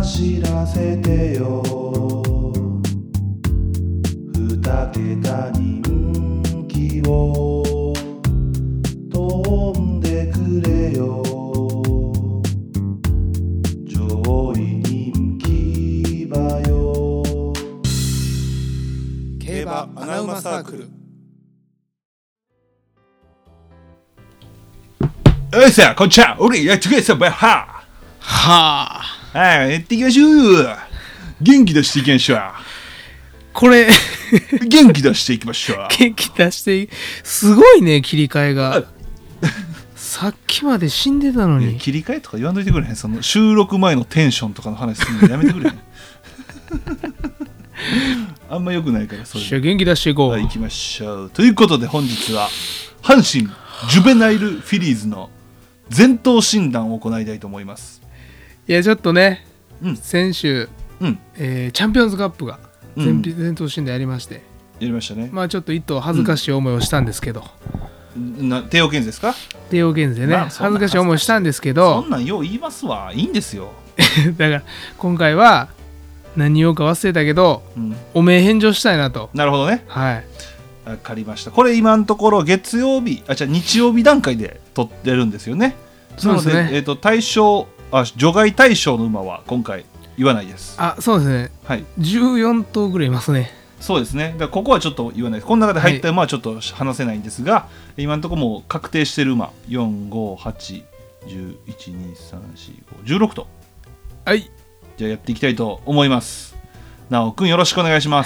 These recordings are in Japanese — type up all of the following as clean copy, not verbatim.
走らせてよ二桁人気を飛んでくれよ上位人気馬よ競馬アナウマサークル。 おいさあこんにちは俺やってくれさばははあ、 はいやっていきましょう元気出していきましょうこれ元気出していきましょう元気出してすごいね切り替えがさっきまで死んでたのに切り替えとか言わんといてくれへんその収録前のテンションとかの話するのやめてくれへんあんま良くないからそれ元気出していこう、 はい、行きましょうということで本日は阪神ジュベナイルフィリーズの前頭診断を行いたいと思います。 いやちょっとね、先週、 チャンピオンズカップが前頭診断やりまして、 やりましたね。 まあちょっと一頭恥ずかしい思いをしたんですけど、 帝王検事ですか？ 帝王検事でね、恥ずかしい思いをしたんですけど、 そんなんよう言いますわ、いいんですよだから今回は何言おうか忘れたけど、お名返上したいなと。 なるほどね。 はい、 分かりました。これ今のところ日曜日段階で取ってるんですよね。 そうですね。 なので、除外対象の馬は今回言わないです。 あ、そうですね。はい。14頭ぐらいいますね。 そうですね。だからここはちょっと言わないです。この中で入った馬はちょっと話せないんですが、今のところもう確定してる馬4、5、8、11、2、3、4、5、16頭。 はい。 じゃあやっていきたいと思います。なおくんよろしくお願いします。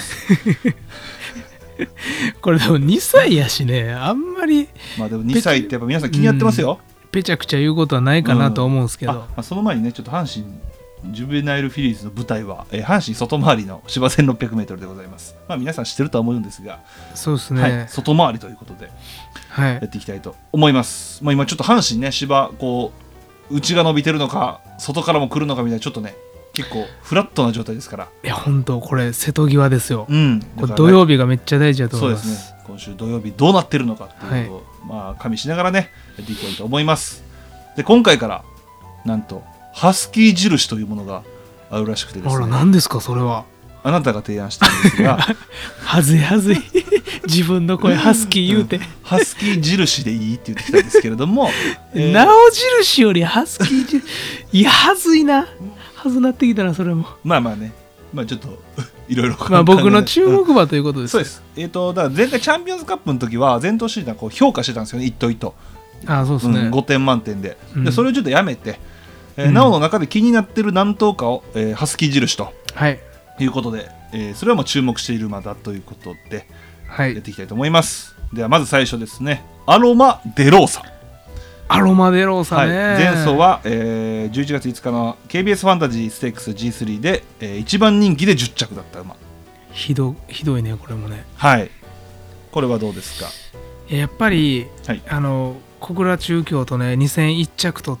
これでも2歳やしね、あんまりまあでも2歳ってやっぱ皆さん気になってますよ。 ぺちゃくちゃ言うことはないかなと思うんですけど、 その前にねちょっと阪神ジュベナイルフィリーズの舞台は、阪神外回りの芝 1600m でございます。まあ皆さん知ってるとは思うんですが、 そうですね、 はい、外回りということでやっていきたいと思います。まあ、今ちょっと阪神ね芝こう内が伸びてるのか外からも来るのかみたいなちょっとね結構フラットな状態ですから。 いや本当これ瀬戸際ですよ、これね、 土曜日がめっちゃ大事だと思います。 そうですね、今週土曜日どうなってるのかっていうのを、まあ加味しながらねやっていきたいと思います。で今回からなんとハスキー印というものがあるらしくてですね。 あら何ですかそれは。 あなたが提案したんですがはずいはずい自分の声ハスキー言うて、 ハスキー印でいいって言ってきたんですけれどもなお印よりハスキー印いやはずいな、はずなってきたなそれも。 まあまあね、まあちょっといろいろまあ僕の注目馬ということです。 そうです。だから前回チャンピオンズカップの時は前頭診断こう評価してたんですよね、一頭一頭。 ああそうですね、 5点満点で、でそれをちょっとやめて、なおの中で気になってる何頭かを、ハスキー印と、いうことで、それはもう注目している馬だということで、やっていきたいと思います。ではまず最初ですね、アロマデローサ。 アロマデローサね、 前走は、11月5日の KBS ファンタジーステークス G3 で、1番人気で10着だった馬。 ひどいねこれもね。 はい、これはどうですか。 やっぱり、小倉中京とね2戦1着取って、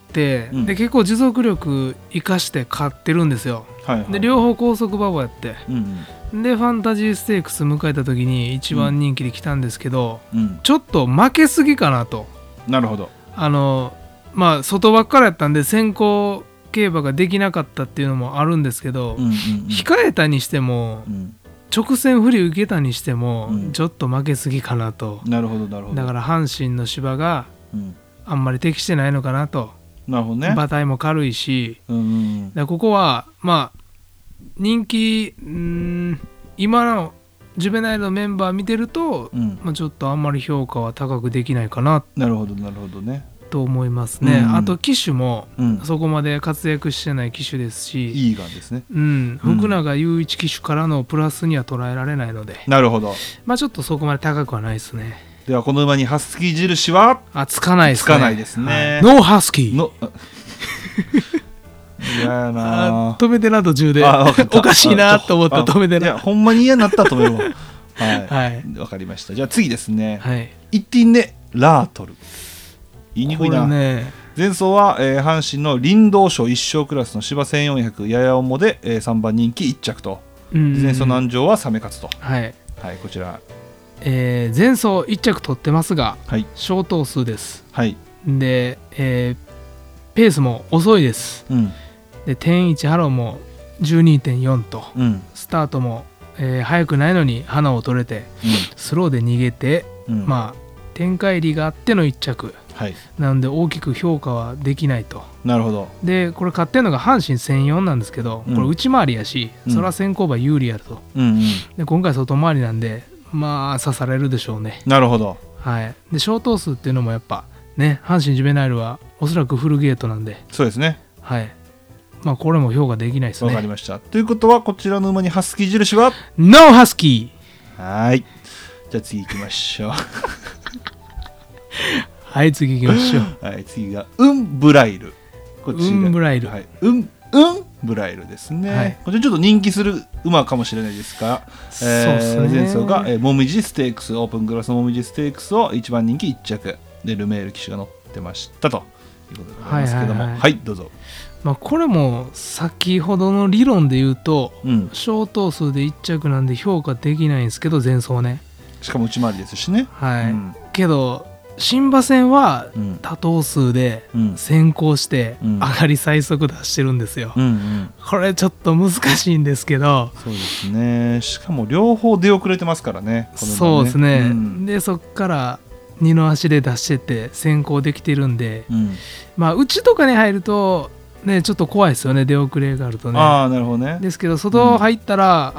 で結構持続力生かして勝ってるんですよ、で両方高速馬場やって、でファンタジーステークス迎えた時に一番人気で来たんですけど、ちょっと負けすぎかなと。 なるほど。 まあ外ばっかりやったんで先行競馬ができなかったっていうのもあるんですけど、控えたにしても、直線不利受けたにしても、ちょっと負けすぎかなと。 なるほどなるほど。 だから阪神の芝があんまり適してないのかなと。 なるほどね。 馬体も軽いし、だここはまあ人気今のジュベナイルのメンバー見てると、ちょっとあんまり評価は高くできないかな。 なるほどなるほどね。 と思いますね。あと騎手も、そこまで活躍してない騎手ですし、 いいがですね。 福永雄一騎手からのプラスには捉えられないので。なるほど。 まあちょっとそこまで高くはないですね。 ではこの馬にハスキー印はつかないですね。 つかないですね。 ノーハスキー。 嫌やな。 止めてな途中でおかしいなと思ったら止めてな。 いやほんまに嫌になったと思うわ。はい、わかりました。じゃあ次ですね。1品目ラートル。言いにくいな。前走は、阪神の林道賞1勝クラスの芝1400やや重で、3番人気1着と、前走南條はサメ勝つと。こちら、 前走1着取ってますが、小頭数です。で、ペースも遅いです。で天一ハローも 12.4 と、スタートも、速くないのに花を取れて、スローで逃げて、まあ展開力があっての1着、なので大きく評価はできないと。 なるほど。 でこれ勝ってるのが阪神1004なんですけど、これ内回りやし、それは先行馬有利やると、で今回外回りなんでまあ刺されるでしょうね。 なるほど。 はい。で小頭数っていうのもやっぱね、阪神ジュベナイルはおそらくフルゲートなんで。 そうですね。 はい。まあこれも評価できないですね。 わかりました。ということはこちらの馬にハスキー印はノーハスキー。はい。じゃあ次行きましょう。 はい次行きましょう。 はい次がブライル。こちらブライル。 はい。ブライルですね、はい、こちらちょっと人気する馬かもしれないですが、 そうですね、 前走が、もみじステークス、オープンクラスのもみじステークスを一番人気1着でルメール騎手が乗ってましたということでございますけども、はいどうぞ。 まあ、これも先ほどの理論で言うと、小頭数で1着なんで評価できないんですけど、前走ね、 しかも内回りですしね、 はいけど新馬戦は多頭数で先行して上がり最速出してるんですよ、これちょっと難しいんですけど。 そうですね、しかも両方出遅れてますからね。 そうですね、でそっから二の足で出してって先行できてるんで、まあ内とかに入るとねちょっと怖いですよね、出遅れがあるとね。 ああなるほどね。 ですけど外入ったら、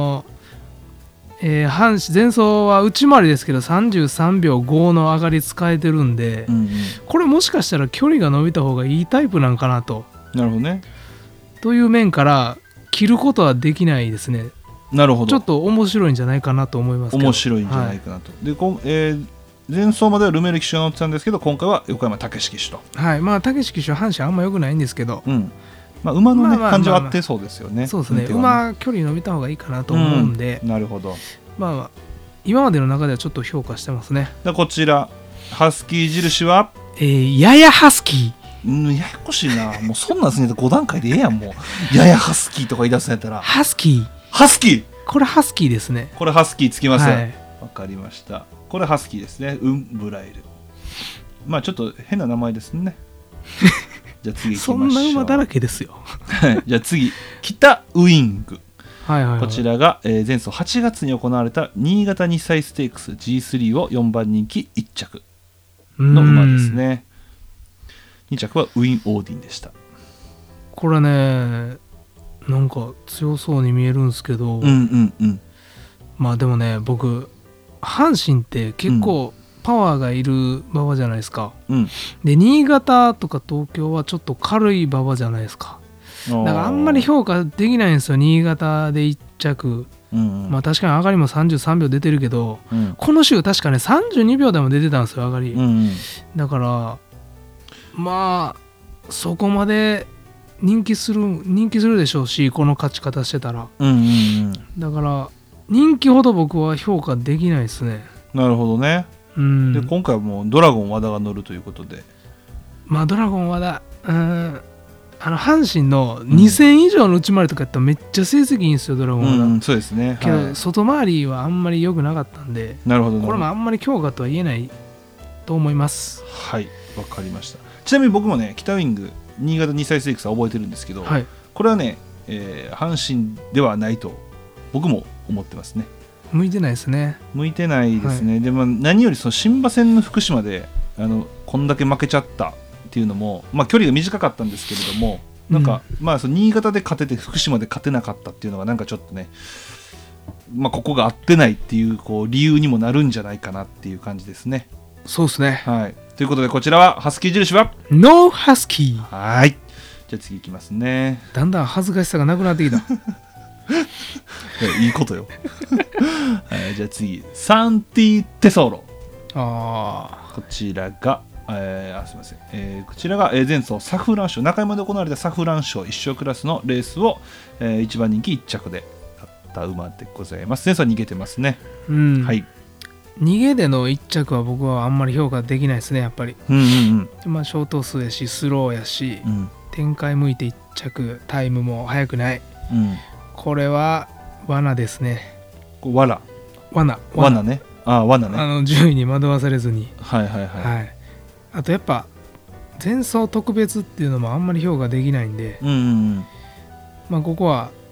前走は内回りですけど33秒5の上がり使えてるんで、これもしかしたら距離が伸びた方がいいタイプなんかなと。 なるほどね。 という面から切ることはできないですね。 なるほど。 ちょっと面白いんじゃないかなと思いますけど。 面白いんじゃないかなと、で前走まではルメール騎手が乗ってたんですけど、今回は横山武史騎手と。 はい、まあ武史騎手は阪神あんま良くないんですけど、 まあ、馬の、ね感じは合ってそうですよね。 そうですね、馬距離伸びた方がいいかなと思うんで、 なるほど。 まあ今までの中ではちょっと評価してますね。 こちらハスキー印は、 ややハスキー。ややこしいな。もうそんなんすね5段階でええやん。もうややハスキーとか言い出すんやったらハスキー。 ハスキー、 これハスキーですね。 これハスキーつきます。わ、かりました。これハスキーですね。ブライル。まあちょっと変な名前ですね。じゃあ次行きましょう。 そんな馬だらけですよ。 じゃあ次北ウイング。 こちらが、前走8月に行われた新潟2歳ステークス G3 を4番人気1着の馬ですね。2着はウィン・オーディンでした。 これねなんか強そうに見えるんですけど、まあでもね僕阪神って結構パワーがいる馬場じゃないですか、で新潟とか東京はちょっと軽い馬場じゃないですか。だからあんまり評価できないんですよ、新潟で1着、まあ確かに上がりも33秒出てるけど、この週確かね32秒でも出てたんですよ上がり、だからまあそこまで人気するでしょうし、この勝ち方してたら、だから人気ほど僕は評価できないですね。 なるほどね、で今回はもうドラゴン和田が乗るということで、 まあドラゴン和田阪神の2000以上の内回りとかやったらめっちゃ成績いいんですよドラゴンは、 そうですね。 けど外回りはあんまり良くなかったんで、 なるほど、 これもあんまり強化とは言えないと思います。 はい、わかりました。ちなみに僕もね北ウイング新潟2歳ステークスは覚えてるんですけど、これはね、阪神ではないと僕も思ってますね。 向いてないですね。 向いてないですね、でも何よりその新馬戦の福島でこんだけ負けちゃったっていうのも、まあ、距離が短かったんですけれども、なんか、まあその新潟で勝てて福島で勝てなかったっていうのがなんかちょっとね、まあ、ここが合ってないっていう、こう理由にもなるんじゃないかなっていう感じですね。 そうですね。 はい、ということでこちらはハスキー印はノーハスキー。 はい、じゃあ次いきますね。 だんだん恥ずかしさがなくなってきた。 いいことよ。はい、じゃあ次サンティテソロ。こちらがすみません、こちらが前走サフラン賞、中山で行われたサフラン賞一勝クラスのレースを、1番人気1着で勝った馬でございます。前走は逃げてますね。はい、 逃げでの1着は僕はあんまり評価できないですねやっぱり。まあ小頭数やしスローやし、展開向いて1着、タイムも速くない、これは罠ですね。 罠ね。罠ね。 順位に惑わされずに。 はい。 あとやっぱ前走特別っていうのもあんまり評価できないんで、まあここは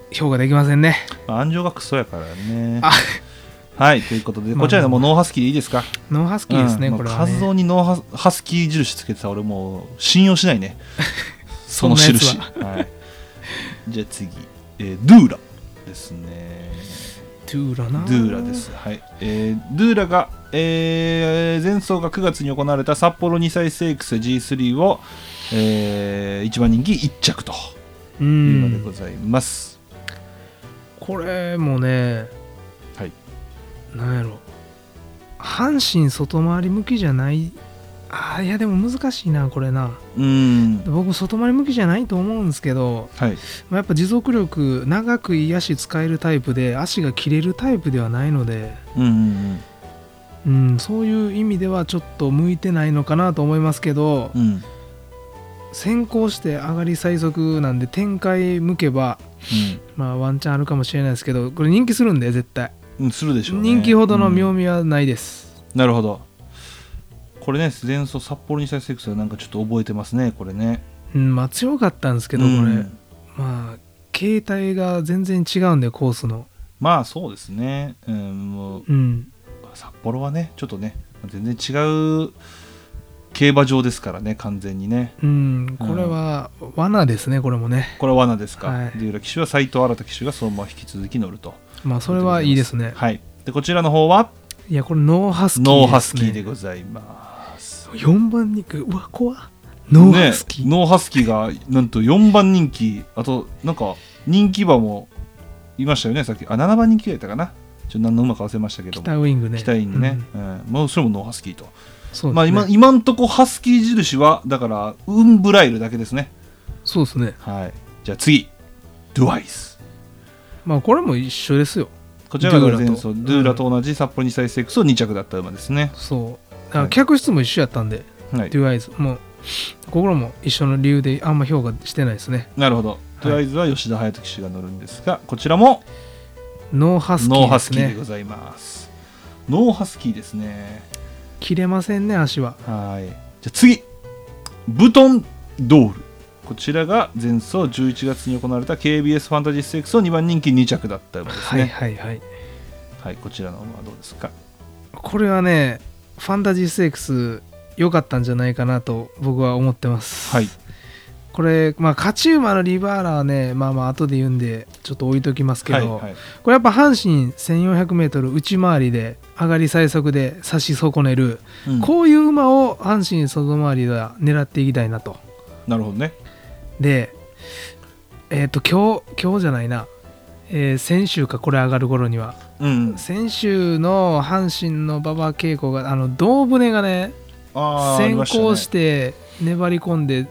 評価できませんね。 安城がクソやからね。はい、ということで、こちらでもノーハスキーでいいですか？ ノーハスキーですね、これはね。 活動にノーハスキー印つけてた俺もう信用しないね。その印。はい。じゃあ次、ドゥーラですね。 ドゥーラです。はい。ドゥーラが、前走が9月に行われた札幌2歳セークス G3 を、1番人気1着というのでございます。 これもね、 はい。 なんやろ、阪神外回り向きじゃない。いやでも難しいなこれな。僕外回り向きじゃないと思うんですけど、 はい、 やっぱ持続力長くいい足使えるタイプで足が切れるタイプではないので、そういう意味ではちょっと向いてないのかなと思いますけど、先行して上がり最速なんで展開向けば、ワンチャンあるかもしれないですけど、これ人気するんで絶対、 するでしょうね。 人気ほどの妙味はないです。 なるほど。これね、前走札幌2歳セークスはなんかちょっと覚えてますね、これね。 強かったんですけど、これ形態が全然違うんで、コースの。 そうですね。もう札幌はね、ちょっとね、全然違う競馬場ですからね、完全にね。 これは罠ですね、これもね。 これは罠ですか。はい、で、浦騎手は斉藤新騎手がそのまま引き続き乗ると。 それはいいですね。 はい。で、こちらの方は、 いや、これノーハスキーですね。 ノーハスキーでございます。 4番人気、うわ怖っ。ノーハスキー、 ノーハスキーがなんと4番人気。あとなんか人気馬もいましたよね、さっき。7番人気がいたかな。何の馬か忘れましたけども、 北ウイングね。 北ウイングね。それもノーハスキーと。 そうですね。 今んとこハスキー印はだからウンブライルだけですね。 そうですね。 はい。じゃあ次、ドゥアイズ。 これも一緒ですよ。 こちらが前走ドゥーラと同じ札幌2歳セークスを2着だった馬ですね。 そう。客室も一緒やったんで、ドゥアイズもう心も一緒の理由であんま評価してないですね。 なるほど。ドゥアイズは吉田隼人騎手が乗るんですが、こちらもノーハスキーですね。 ノーハスキーでございます。ノーハスキーですね。 切れませんね、足は。 はい。じゃあ次、ブトンドール。こちらが前走11月に行われた KBS ファンタジーステークスを2番人気2着だった馬ですね。はい、こちらの馬はどうですか？ これはね、ファンタジーステークス良かったんじゃないかなと僕は思ってます。 はい。 これ勝ち馬のリバーラはね、後で言うんでちょっと置いときますけど、これやっぱ阪神 1400m 内回りで上がり最速で差し損ねる、こういう馬を阪神外回りでは狙っていきたいなと。 なるほどね。 で今日じゃないな、先週か、これ上がる頃には、先週の阪神の馬場恵子が胴舟がね先行して粘り込んで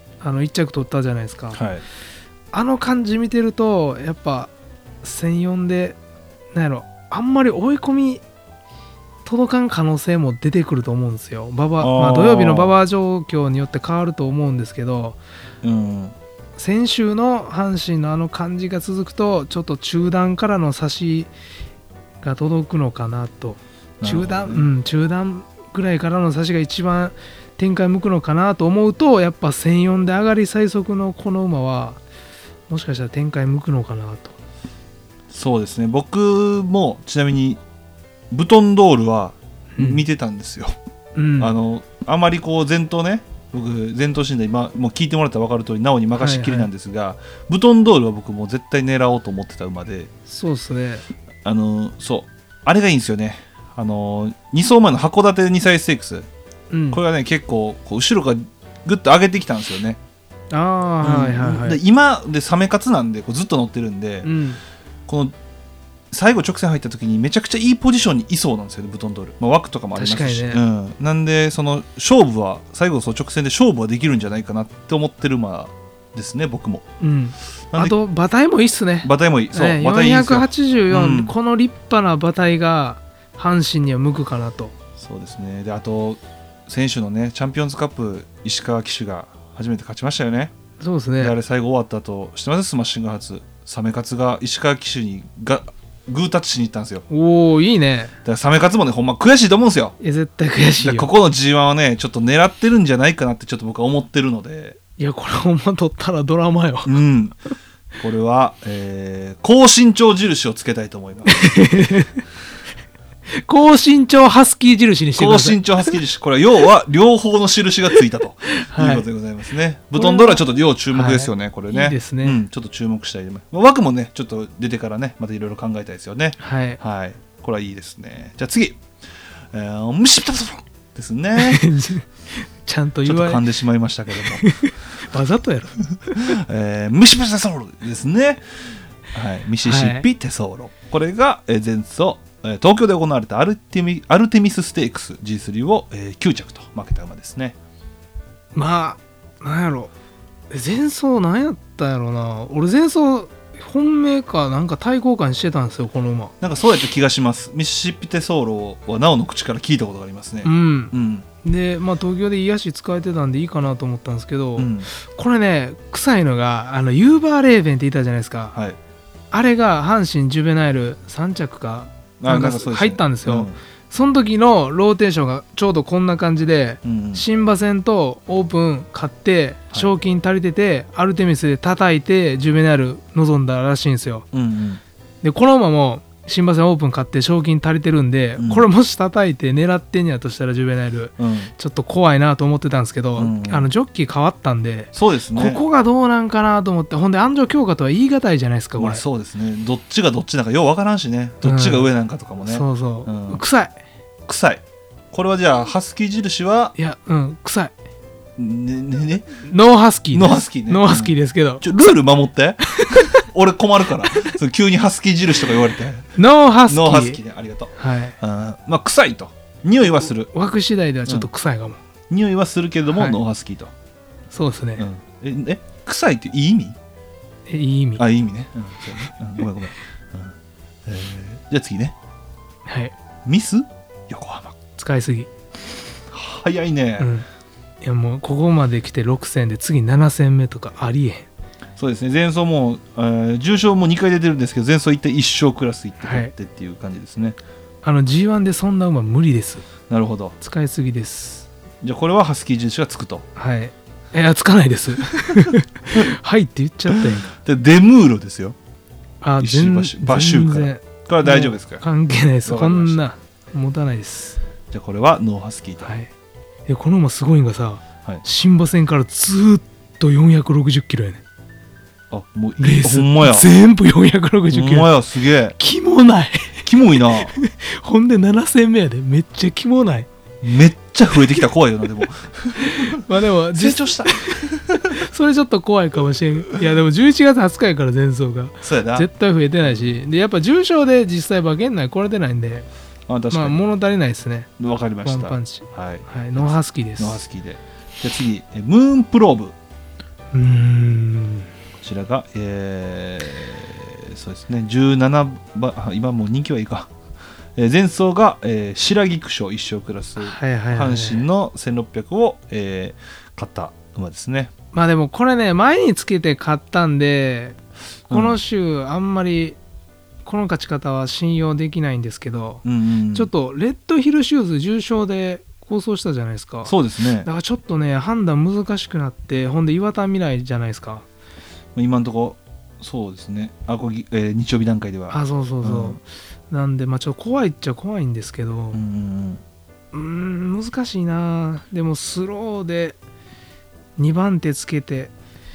1着取ったじゃないですか。あの感じ見てるとやっぱ1004でなんやろ、あんまり追い込み届かん可能性も出てくると思うんですよ。土曜日の馬場状況によって変わると思うんですけど、先週の阪神の感じが続くとちょっと中段からの差しが届くのかなと。中段ぐらいからの差しが一番展開向くのかなと思うと、やっぱ1004で上がり最速のこの馬はもしかしたら展開向くのかなと。 そうですね。僕もちなみにブトンドールは見てたんですよ。あまり前頭ね、僕前頭診断今もう聞いてもらったら分かる通りなおに任しっきりなんですが、ブトンドールは僕も絶対狙おうと思ってた馬で。 そうですね。 そうあれがいいんですよね。2走前の函館2歳ステークス、これがね結構後ろからグッと上げてきたんですよね。で今でサメ勝なんでずっと乗ってるんで、この最後直線入った時にめちゃくちゃいいポジションにいそうなんですよね、ブトンドール。枠とかもありますし、なんでその勝負は最後直線で勝負はできるんじゃないかなって思ってる馬ですね、僕も。 あと馬体もいいっすね。 馬体もいい。そう、馬体いいんですよ。484、この立派な馬体が阪神には向くかなと。 そうですね。であと選手のねチャンピオンズカップ石川騎手が初めて勝ちましたよね。 そうですね。 であれ最後終わった後知ってます？スマッシング発サメカツが石川騎手にグータッチしに行ったんですよ。 おお、いいね。 だからサメカツもねほんま悔しいと思うんですよ。 絶対悔しいよ。 ここの G1 はねちょっと狙ってるんじゃないかなってちょっと僕は思ってるので。 いやこれほんま取ったらドラマよ。 これは、高身長印をつけたいと思います高身長ハスキー印にしてください。 高身長ハスキー印、これは要は両方の印がついたということでございますね。ブトンドールはちょっと要注目ですよね、はい、これね。 いいですね、 うん、ちょっと注目したい。枠もねちょっと出てからねまたいろいろ考えたいですよね。 はい、 はい、これはいいですね。じゃあ次、ムシプタですねちゃんと言われちょっと噛んでしまいましたけどもわざとやろムシプタソールですね。はい、ミシシッピテソーロ、これが前走東京で行われたアルテミスステークス G3 を9着と負けた馬ですね。 まあなんやろ前走なんやったんやろな。俺前走本命かなんか対抗感してたんですよこの馬。 なんかそうやった気がします。ミシシッピテソーロはなおの口から聞いたことがありますね。 うん、うん、でまあ東京でいい足使えてたんでいいかなと思ったんですけど、うん、これね臭いのがユーバーレーベンって言ったじゃないですか、はい、あれが阪神ジュベナイル3着かなんか入ったんですよ、うん、その時のローテーションがちょうどこんな感じで、新馬戦とオープン勝って賞金足りてて、アルテミスで叩いてジュベナイル臨んだらしいんですよ、でこの馬も新馬戦オープン買って賞金足りてるんで、これもし叩いて狙ってんやとしたらジュベナイル、ちょっと怖いなと思ってたんですけど、ジョッキー変わったんで、 そうですね、 ここがどうなんかなと思って。ほんで安城強化とは言い難いじゃないですかこれ、 そうですね、どっちがどっちなんかよう分からんしね、どっちが上なんかとかもね、 そうそう、臭い。 これはじゃあハスキー印はいや臭いねノーハスキーノーハスキーね、 ノーハスキーですけど、 ルール守って俺困るから急にハスキー印とか言われてノーハスキーね、ありがとう。 はい、 まあ臭いと匂いはする、 枠次第ではちょっと臭いかも、 匂いはするけれども、ノーハスキーと。 そうですね、 臭いっていい意味？ いい意味、 いい意味ね、そうね、ごめん、じゃあ次ね、 はい、 ミス横浜使いすぎ早いね、 いやもうここまで来て6戦で次7戦目とかありえへん。 そうですね、前走も、重賞も2回出てるんですけど前走一体1勝クラスいって勝ってっていう感じですね、 G1 でそんな馬無理です。 なるほど、 使いすぎです。 じゃあこれはハスキー印がつくと。 はい、いやつかないですはいって言っちゃったやんか。 でデムーロですよ、 全然馬臭からこれは大丈夫ですか？ 関係ないです、こんな持たないです。 じゃあこれはノーハスキーと。 はい、この馬すごいんがさ、新馬戦からずっと460キロやねん。 もうレースほんまや全部460キロ。 ほんまや、すげえキモない？ キモいなほんで7戦目やで、めっちゃキモない？ めっちゃ増えてきた、怖いよな。でもまあでも成長したそれちょっと怖いかもしれん。いやでも11月20日やから前走がそうやな、 絶対増えてないし、でやっぱ重賞で実際馬券内来れてないんで、 確かにまあ物足りないですね。 わかりました。 ワンパンチ、 はい、 ノーハスキーです。 ノーハスキーで。じゃあ次、ムーンプローブ。こちらが、そうですね、17番、今もう人気はいいか。前走が、白菊賞一勝クラス、阪神の1600を、勝った馬ですね。 まあでもこれね、前につけて勝ったんで、この週あんまりこの勝ち方は信用できないんですけど、ちょっとレッドヒルシューズ重賞で構想したじゃないですか。 そうですね。 だからちょっとね判断難しくなって、ほんで岩田未来じゃないですか今のところ。そうですね、日曜日段階では。 そう、なんでまあちょっと怖いっちゃ怖いんですけど、難しいな。でもスローで2番手つけて、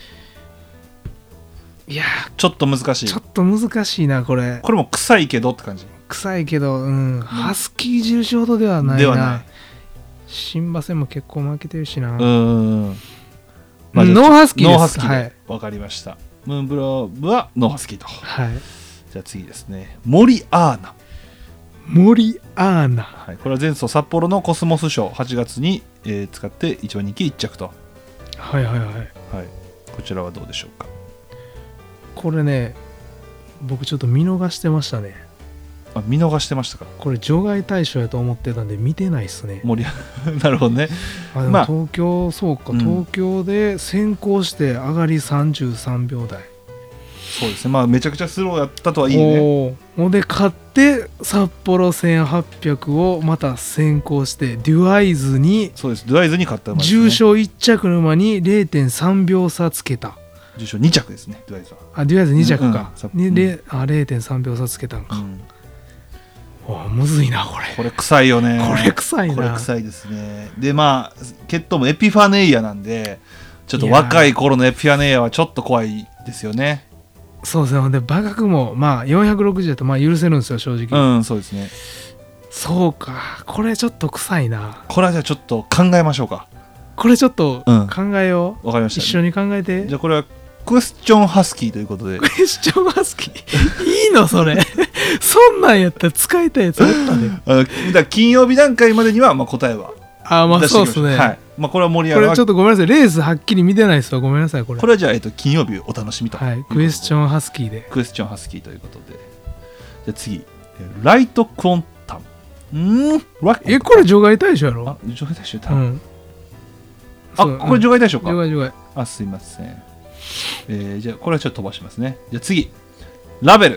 いやちょっと難しい。 ちょっと難しいなこれ。 これも臭いけどって感じ。 臭いけど、ハスキー印ほどではないな。ではない。新馬戦も結構負けてるしな。ノーハスキーです。 ノーハスキーで、わかりました。ムーンブローブはノーハスキーと。 はい。 じゃあ次ですね、森アーナ。 森アーナ。 はい。これは前走札幌のコスモス賞8月に、使って一番人気1着と。 はい。 こちらはどうでしょうか。 これね、僕ちょっと見逃してましたね。 見逃してましたか。 これ除外対象やと思ってたんで見てないっすね。 なるほどね。 でも東京、そうか、東京で先行して上がり33秒台。 そうですね、まあめちゃくちゃスローやったとはいいね。 ほんで勝って札幌1800をまた先行してデュアイズに、 そうです、デュアイズに勝った馬ですね。 重賞1着の馬に 0.3 秒差つけた。 重賞2着ですね、デュアイザー。 デュアイザー2着か、0.3 秒差つけたんか、むずいなこれ臭いよね。 これ臭いな。 これ臭いですね。で血統もエピファネイアなんで、ちょっと若い頃のエピファネイアはちょっと怖いですよね。 そうですね。で馬格も460だと許せるんですよ正直。 そうですね。 そうか、これちょっと臭いな。 これはじゃあちょっと考えましょうか。 これちょっと考えよう。わかりました。 一緒に考えて。 じゃあこれはクエスチョンハスキーということで。 クエスチョンハスキーいいのそれそんなんやったら使いたいやつあったね。 だから金曜日段階までには答えはそうですね。 はい。これは盛り上がる。 これちょっとごめんなさい、レースはっきり見てないですわ、ごめんなさい。これはじゃあ金曜日お楽しみと。 はい。クエスチョンハスキーで。 クエスチョンハスキーということで。じゃあ次、ライトクオンタム。 これ除外対象やろ。 除外対象。これ除外対象か。 除外。 すいません。じゃあこれはちょっと飛ばしますね。じゃあ次、ラベル。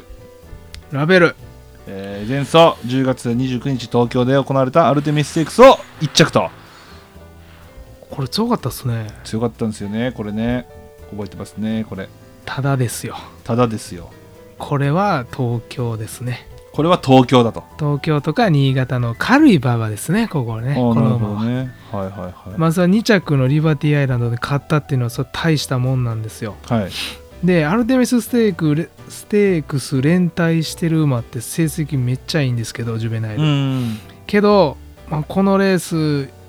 前走10月29日東京で行われたアルテミスステークスを1着と。 これ強かったっすね。 強かったんですよね。これね、覚えてますね。これただですよ。 これは東京ですね。 これは東京だと。 東京とか新潟の軽い馬場ですね、ここね。この馬はね。まずは2着のリバティアイランドで勝ったっていうのはそれ大したもんなんですよ。でアルテミスステークス連帯してる馬って成績めっちゃいいんですけど、ジュベナイルけど、このレース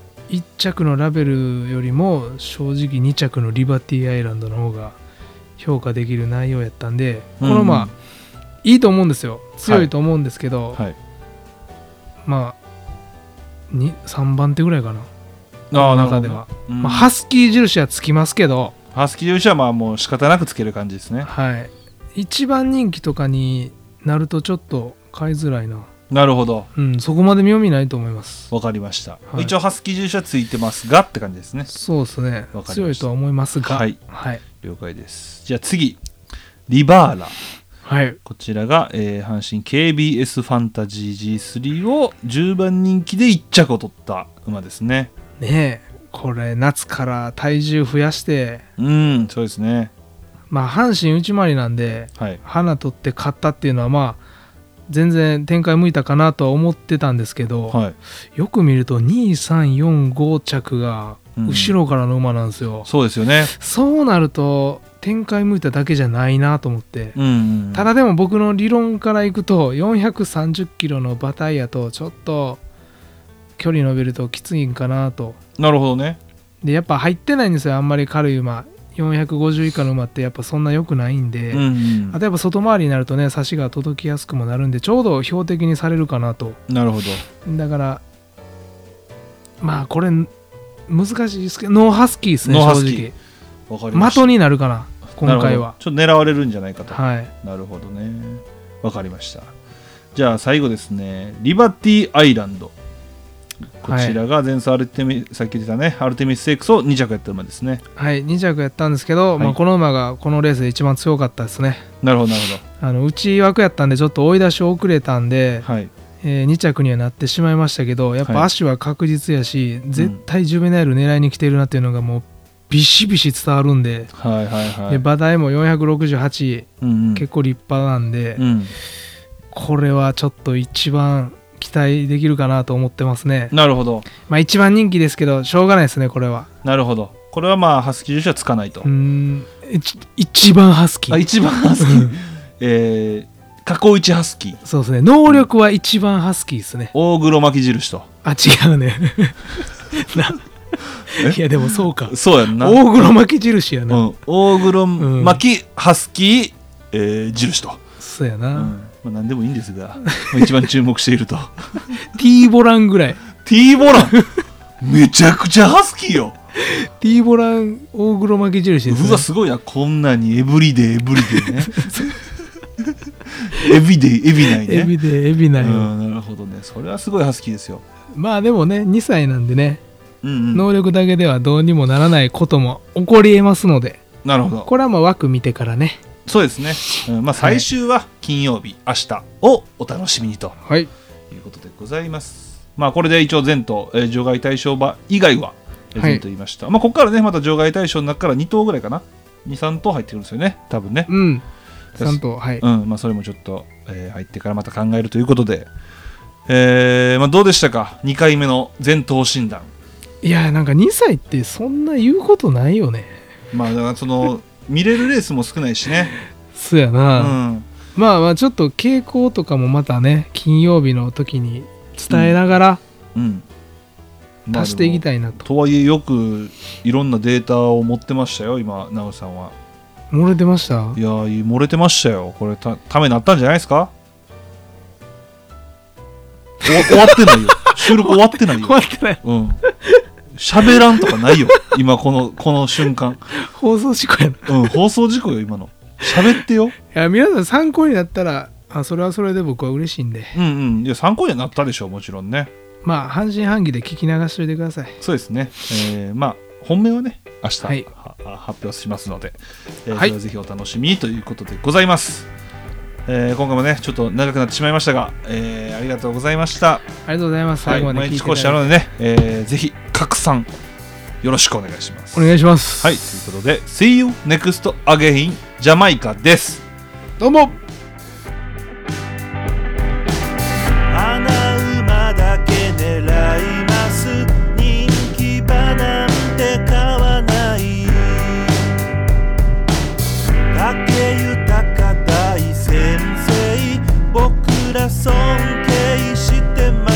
1着のラベルよりも正直2着のリバティアイランドの方が評価できる内容やったんで、この馬いいと思うんですよ。強いと思うんですけど、3番手ぐらいかな、この中では。ハスキー印はつきますけど、 ハスキー印はもう仕方なくつける感じですね。 一番人気とかになるとちょっと買いづらいな。 なるほど。 そこまで妙味ないと思います。 わかりました。一応ハスキー印はついてますがって感じですね。 そうですね。強いとは思いますが。 了解です。じゃあ次、リバーラ。こちらが、阪神 KBS ファンタジー G3 を10番人気で1着を取った馬ですね。 これ夏から体重増やして、 そうですね。 阪神内回りなんで、花取って勝ったっていうのは全然展開向いたかなとは思ってたんですけど、よく見ると2、3、4、5着が後ろからの馬なんですよ。 そうですよね。 そうなると展開向いただけじゃないなと思って、ただでも僕の理論からいくと430キロの馬体やとちょっと距離伸びるときついんかなと。 なるほどね。 でやっぱ入ってないんですよ、あんまり軽い馬。450以下の馬ってやっぱそんな良くないんで、あとやっぱ外回りになるとね、差しが届きやすくもなるんで、ちょうど標的にされるかなと。 なるほど。 だからこれ難しいですけど、ノーハスキーですね、正直。 わかりました。 的になるかな今回は。 ちょっと狙われるんじゃないかと。 なるほどね。わかりました。じゃあ最後ですね、リバティアイランド。こちらが前走さっき言ってたね、アルテミスステークスを2着やった馬ですね。 2着やったんですけど、この馬がこのレースで一番強かったですね。 なるほど。 内枠やったんでちょっと追い出し遅れたんで、2着にはなってしまいましたけど、やっぱ足は確実やし、絶対ジュベナイル狙いに来てるなっていうのがもうビシビシ伝わるんで、で馬体も468、結構立派なんで、これはちょっと一番期待できるかなと思ってますね。 なるほど。 一番人気ですけどしょうがないですね、これは。 なるほど。これはハスキー印はつかないと。 一番ハスキー。 一番ハスキー。過去一ハスキー。 そうですね。能力は一番ハスキーですね。 大黒巻き印と。 違うね。いやでもそうか。 そうやんな。 大黒巻き印やな。 大黒巻きハスキー、印と。 そうやな。 何でもいいんですが、一番注目していると。 T ボランぐらい。 T ボランめちゃくちゃハスキーよ。 T ボラン大黒巻き印ですね。 うわすごいな、こんなにエブリデイね。エビデイエビないね。 エビデイエビない。 なるほどね。それはすごいハスキーですよ。 でもね、2歳なんでね、能力だけではどうにもならないことも起こりえますので。 なるほど。 これは枠見てからね。 そうですね。最終は金曜日、明日をお楽しみにということでございます。これで一応前頭、除外対象馬以外は前と言いました。ここからねまた除外対象の中から2頭ぐらいかな、 2,3 頭入ってくるんですよね多分ね。 うん3頭はい、 まあ、それもちょっと、入ってからまた考えるということで、まあ、どうでしたか2回目の全頭診断。 いやなんか2歳ってそんな言うことないよね。 まあだからその見れるレースも少ないしね。 そうやな、まあまあちょっと傾向とかもまたね金曜日の時に伝えながら出していきたいなと、 とはいえよくいろんなデータを持ってましたよ今直さんは。 漏れてました。 いや漏れてましたよ。これためになったんじゃないですか。終わってないよ収録終わってないよ。 終わってない。 喋らんとかないよ今この瞬間。 放送事故やな。放送事故よ今の。喋ってよ。いや皆さん参考になったらそれはそれで僕は嬉しいんで。 いや参考にはなったでしょうもちろんね。 まあ半信半疑で聞き流しておいてください。 そうですね。まあ本命はね明日、発表しますので、それはぜひお楽しみということでございます。今回もねちょっと長くなってしまいましたが、ありがとうございました。 ありがとうございます。最後まで聞いていただいて、 毎日講師あるのでね、ぜひ拡散よろしくお願いします。 お願いします。 はい、ということで See you next again ジャマイカです。 どうも。 穴馬だけ狙います。人気馬なんて買わない。武豊大先生僕ら尊敬してます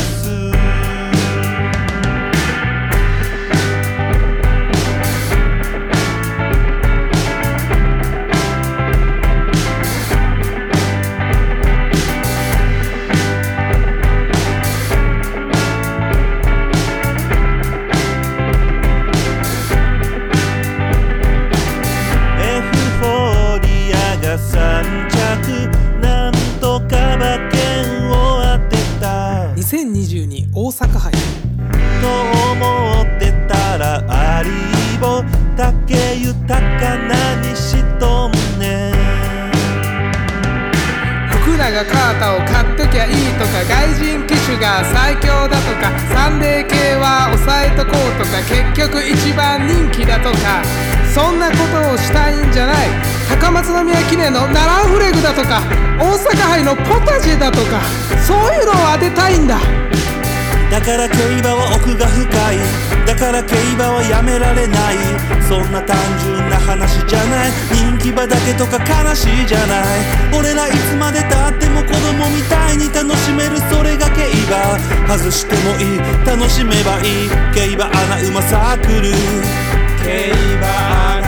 。3着なんとか馬券を当てた。 2022大阪杯と思ってたらアリーボ武豊何しとんねん。 福永カータを買っときゃいいとか外人騎手が最強だとかサンデー系は抑えとこうとか結局一番人気だとかそんなことをしたいんじゃない。高松宮記念のナランフレグだとか大阪杯のポタジェだとかそういうのを当てたいんだ。 だから競馬は奥が深い。だから競馬はやめられない。そんな単純な話じゃない。人気馬だけとか悲しいじゃない。俺らいつまでたっても子供みたいに楽しめるそれが競馬。外してもいい楽しめばいい競馬穴馬サークル。競馬穴